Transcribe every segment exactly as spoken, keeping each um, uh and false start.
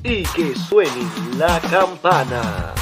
y que suene la campana.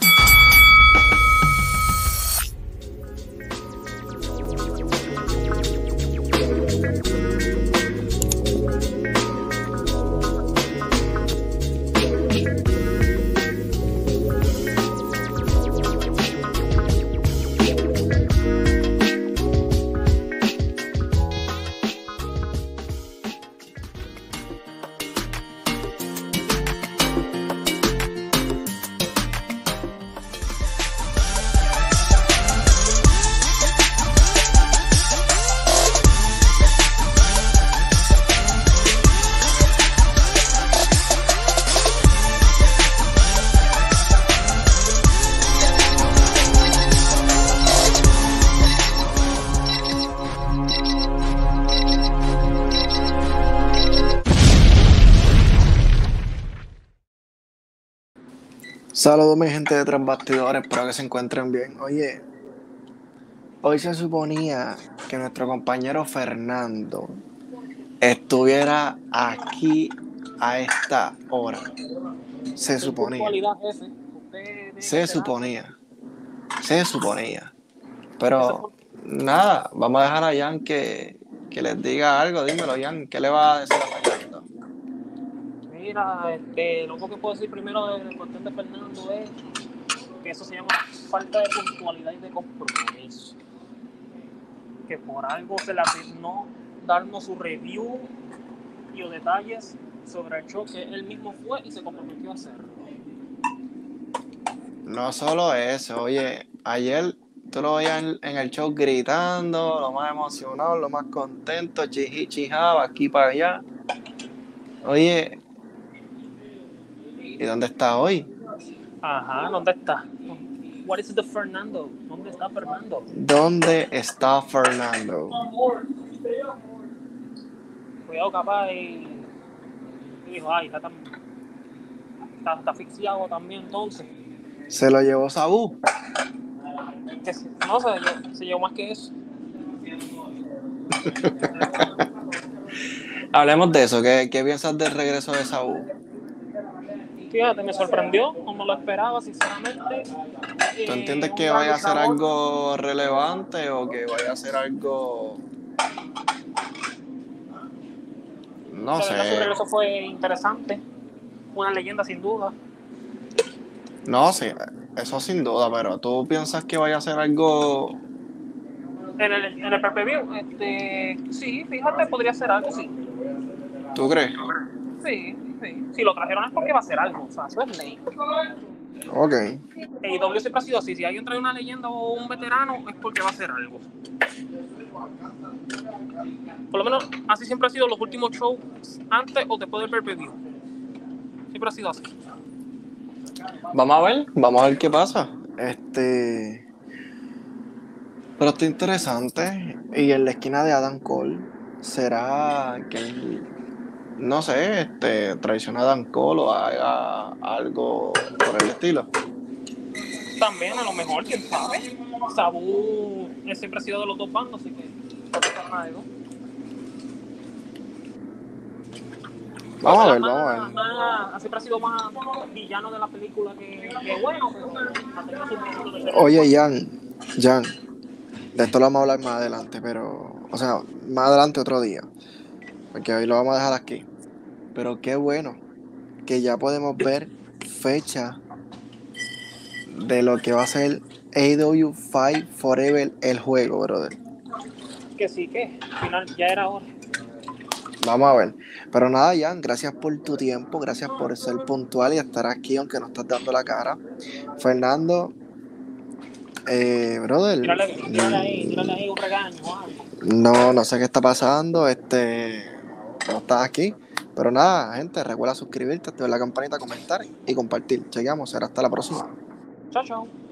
Saludos mi gente de Tras Bastidores, espero que se encuentren bien. Oye, hoy se suponía que nuestro compañero Fernando estuviera aquí a esta hora. Se ¿Qué suponía, puntualidad es ese? Usted tiene que se hacer algo. suponía, se suponía. Eso Pero fue- nada, vamos a dejar a Jan que, que les diga algo. Dímelo, Jan, ¿qué le va a decir a Fernando? Mira, este, lo único que puedo decir primero de la cuestión de Fernando es que eso se llama falta de puntualidad y de compromiso. Que por algo se le asignó darnos su review y o detalles sobre el show que él mismo fue y se comprometió a hacer. No solo eso, oye, ayer tú lo veías en, en el show gritando, lo más emocionado, lo más contento, chiji, chijaba, aquí para allá. Oye, ¿y dónde está hoy? Ajá, ¿dónde está? What is the Fernando? ¿Dónde está Fernando? ¿Dónde está Fernando? Cuidado, capaz y, y dijo, ay, está, tan, está, está asfixiado también entonces. ¿Se lo llevó Saúl? Que se- no sé, yo, se llevó más que eso. Hablemos de eso, ¿qué, qué piensas del regreso de Saúl? Fíjate, me sorprendió, no me lo esperaba, sinceramente. ¿Tú Eh, entiendes un que gran vaya a ser luchador. algo relevante o que vaya a ser algo, no De verdad, su sé, regreso fue interesante. Una leyenda, sin duda. no sé, eso sin duda, pero ¿tú piensas que vaya a ser algo, En el, en el pay-per-view, este, sí, fíjate, podría ser algo, sí. tú crees? Sí, sí. Si lo trajeron es porque va a ser algo, o sea, eso es ley. Ok. A E W siempre ha sido así. Si alguien trae una leyenda o un veterano, es porque va a ser algo. Por lo menos, así siempre ha sido los últimos shows antes o después del pay-per-view. Siempre ha sido así. Vamos a ver, vamos a ver qué pasa. Este. Pero está interesante. Y en la esquina de Adam Cole, ¿será que él, no sé, este, traiciona a Adam Cole o haga algo por el estilo? También, a lo mejor, quién sabe. Sabu él siempre ha sido de los dos bandos, así que no pasa nada de eso. Vamos a ver, Más- vamos a ver. más- siempre ha sido más villano de la película que, que bueno, pero ha tenido sus momentos de ser- Oye, Jan, Jan, de esto lo vamos a hablar más adelante, pero, o sea, más adelante otro día, porque hoy lo vamos a dejar aquí. Pero qué bueno que ya podemos ver fecha de lo que va a ser A E W Fight Forever el juego, brother. que sí, que al final ya era hora. Vamos a ver. Pero nada, Jan, gracias por tu tiempo, gracias por ser puntual y estar aquí, aunque no estás dando la cara. Fernando, eh, brother, Tírale, tírale ahí, tírale ahí un regaño o algo. no, no sé qué está pasando, este, no estás aquí. Pero nada, gente, recuerda suscribirte, activar la campanita, comentar y compartir. Chequeamos, será hasta la próxima. Chao, chao.